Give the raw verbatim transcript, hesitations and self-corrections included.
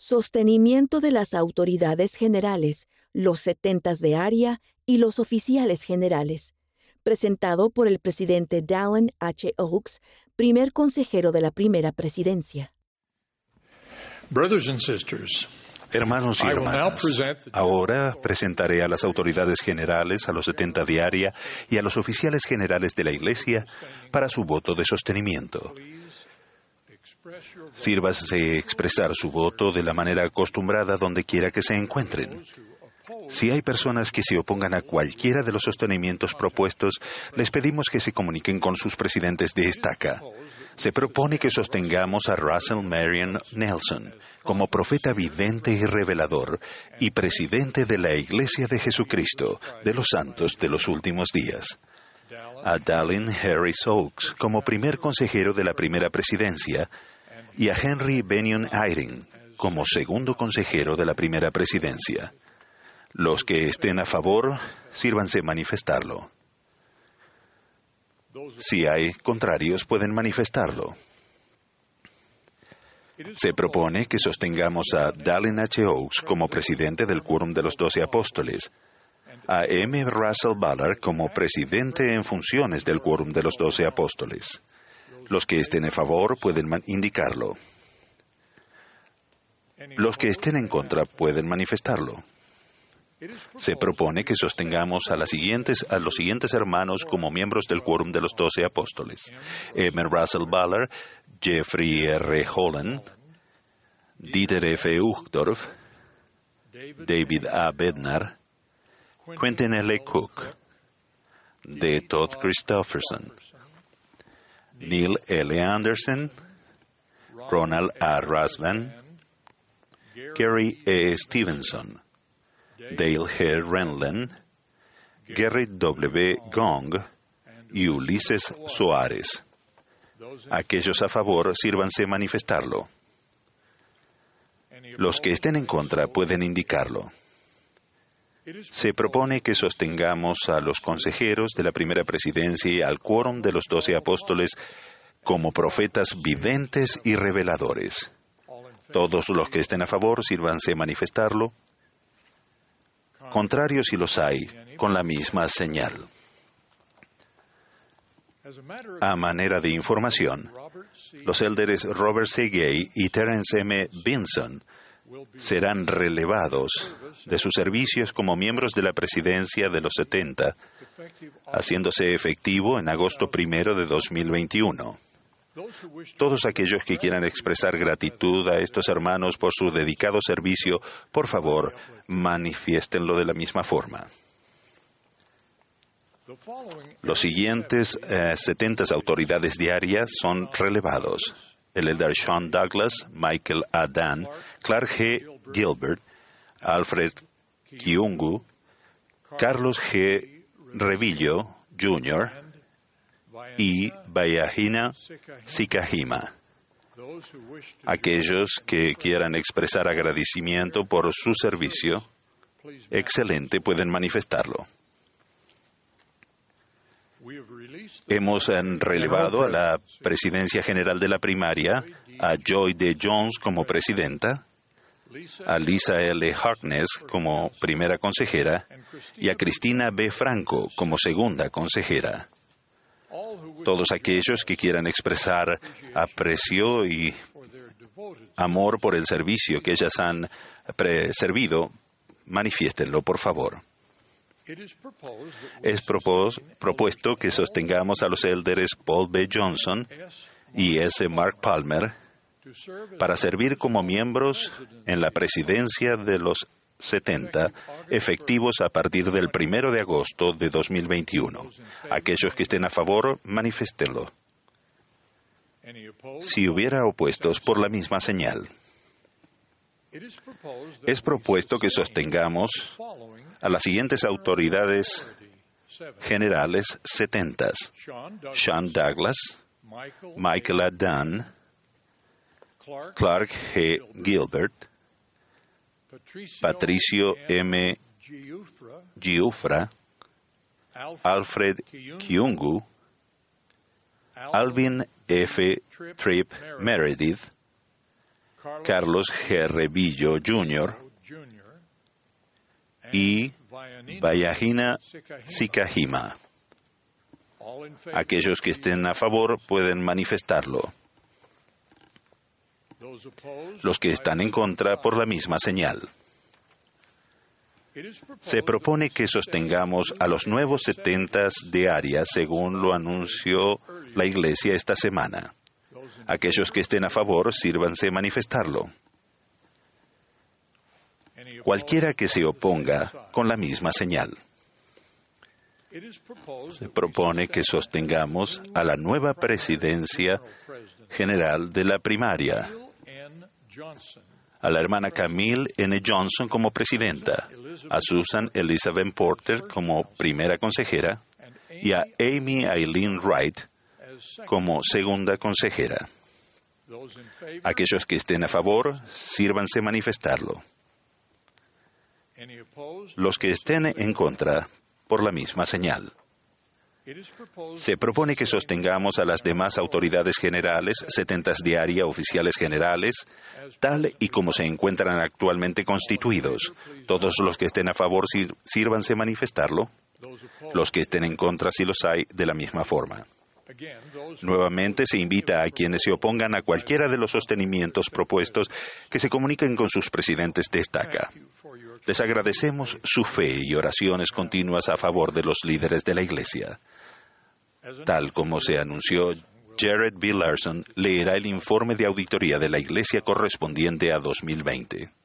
Sostenimiento de las autoridades generales, los setentas de área y los oficiales generales. Presentado por el presidente Dallin H. Oaks, primer consejero de la primera presidencia. Brothers and sisters, Hermanos y hermanas, ahora presentaré a las autoridades generales, a los setenta de área y a los oficiales generales de la Iglesia para su voto de sostenimiento. Sírvase expresar su voto de la manera acostumbrada donde quiera que se encuentren. Si hay personas que se opongan a cualquiera de los sostenimientos propuestos, les pedimos que se comuniquen con sus presidentes de estaca. Se propone que sostengamos a Russell Marion Nelson como profeta vidente y revelador y presidente de la Iglesia de Jesucristo de los Santos de los Últimos Días. A Dallin Harris Oaks como primer consejero de la primera presidencia y a Henry Bennion Eyring como segundo consejero de la primera presidencia. Los que estén a favor, sírvanse manifestarlo. Si hay contrarios, pueden manifestarlo. Se propone que sostengamos a Dallin H. Oaks como presidente del Quórum de los Doce Apóstoles, a M. Russell Ballard como presidente en funciones del Quórum de los Doce Apóstoles. Los que estén a favor pueden indicarlo. Los que estén en contra pueden manifestarlo. Se propone que sostengamos a, las siguientes, a los siguientes hermanos como miembros del Quórum de los Doce Apóstoles: M. Russell Ballard, Jeffrey R. Holland, Dieter F. Uchtdorf, David A. Bednar, Quentin L. Cook, D. Todd Christofferson, Neil L. Anderson, Ronald A. Rasband, Gary E. Stevenson, Dale G. Renlund, Gerrit W. Gong y Ulises Soares. Aquellos a favor, sírvanse manifestarlo. Los que estén en contra pueden indicarlo. Se propone que sostengamos a los consejeros de la primera presidencia y al quórum de los doce apóstoles como profetas videntes y reveladores. Todos los que estén a favor, sírvanse manifestarlo. Contrarios, si los hay, con la misma señal. A manera de información, los élderes Robert C. Gay y Terence M. Vinson serán relevados de sus servicios como miembros de la presidencia de los setenta, haciéndose efectivo en agosto primero de dos mil veintiuno. Todos aquellos que quieran expresar gratitud a estos hermanos por su dedicado servicio, por favor, manifiéstenlo de la misma forma. Los siguientes eh, setenta autoridades diarias son relevados: el elder Sean Douglas, Michael A. Dan, Clark G. Gilbert, Alfred Kiungu, Carlos G. Revillo, junior y Bayahina Sikahima. Aquellos que quieran expresar agradecimiento por su servicio, excelente, pueden manifestarlo. Hemos relevado a la presidencia general de la primaria a Joy D. Jones como presidenta, a Lisa L. Harkness como primera consejera y a Cristina B. Franco como segunda consejera. Todos aquellos que quieran expresar aprecio y amor por el servicio que ellas han servido, manifiéstenlo, por favor. Es propos, propuesto que sostengamos a los élderes Paul B. Johnson y S. Mark Palmer para servir como miembros en la presidencia de los setenta, efectivos a partir del primero de agosto de dos mil veintiuno. Aquellos que estén a favor, manifiéstenlo. Si hubiera opuestos, por la misma señal. Es propuesto que sostengamos a las siguientes autoridades generales setentas: Sean Douglas, Michael A. Dunn, Clark G. Gilbert, Patricio M. Giuffra, Alfred Kiungu, Alvin F. Tripp Meredith, Carlos G. Revillo junior y Vayahina Sikahima. Aquellos que estén a favor pueden manifestarlo. Los que están en contra por la misma señal. Se propone que sostengamos a los nuevos setentas de área según lo anunció la Iglesia esta semana. Aquellos que estén a favor, sírvanse manifestarlo. Cualquiera que se oponga, con la misma señal. Se propone que sostengamos a la nueva presidencia general de la primaria, a la hermana Camille N. Johnson como presidenta, a Susan Elizabeth Porter como primera consejera y a Amy Eileen Wright como segunda consejera. Aquellos que estén a favor, sírvanse manifestarlo. Los que estén en contra, por la misma señal. Se propone que sostengamos a las demás autoridades generales, setentas de área oficiales generales, tal y como se encuentran actualmente constituidos. Todos los que estén a favor, sírvanse manifestarlo. Los que estén en contra, si los hay, de la misma forma. Nuevamente se invita a quienes se opongan a cualquiera de los sostenimientos propuestos que se comuniquen con sus presidentes de estaca. Les agradecemos su fe y oraciones continuas a favor de los líderes de la Iglesia. Tal como se anunció, Jared B. Larson leerá el informe de auditoría de la Iglesia correspondiente a dos mil veinte.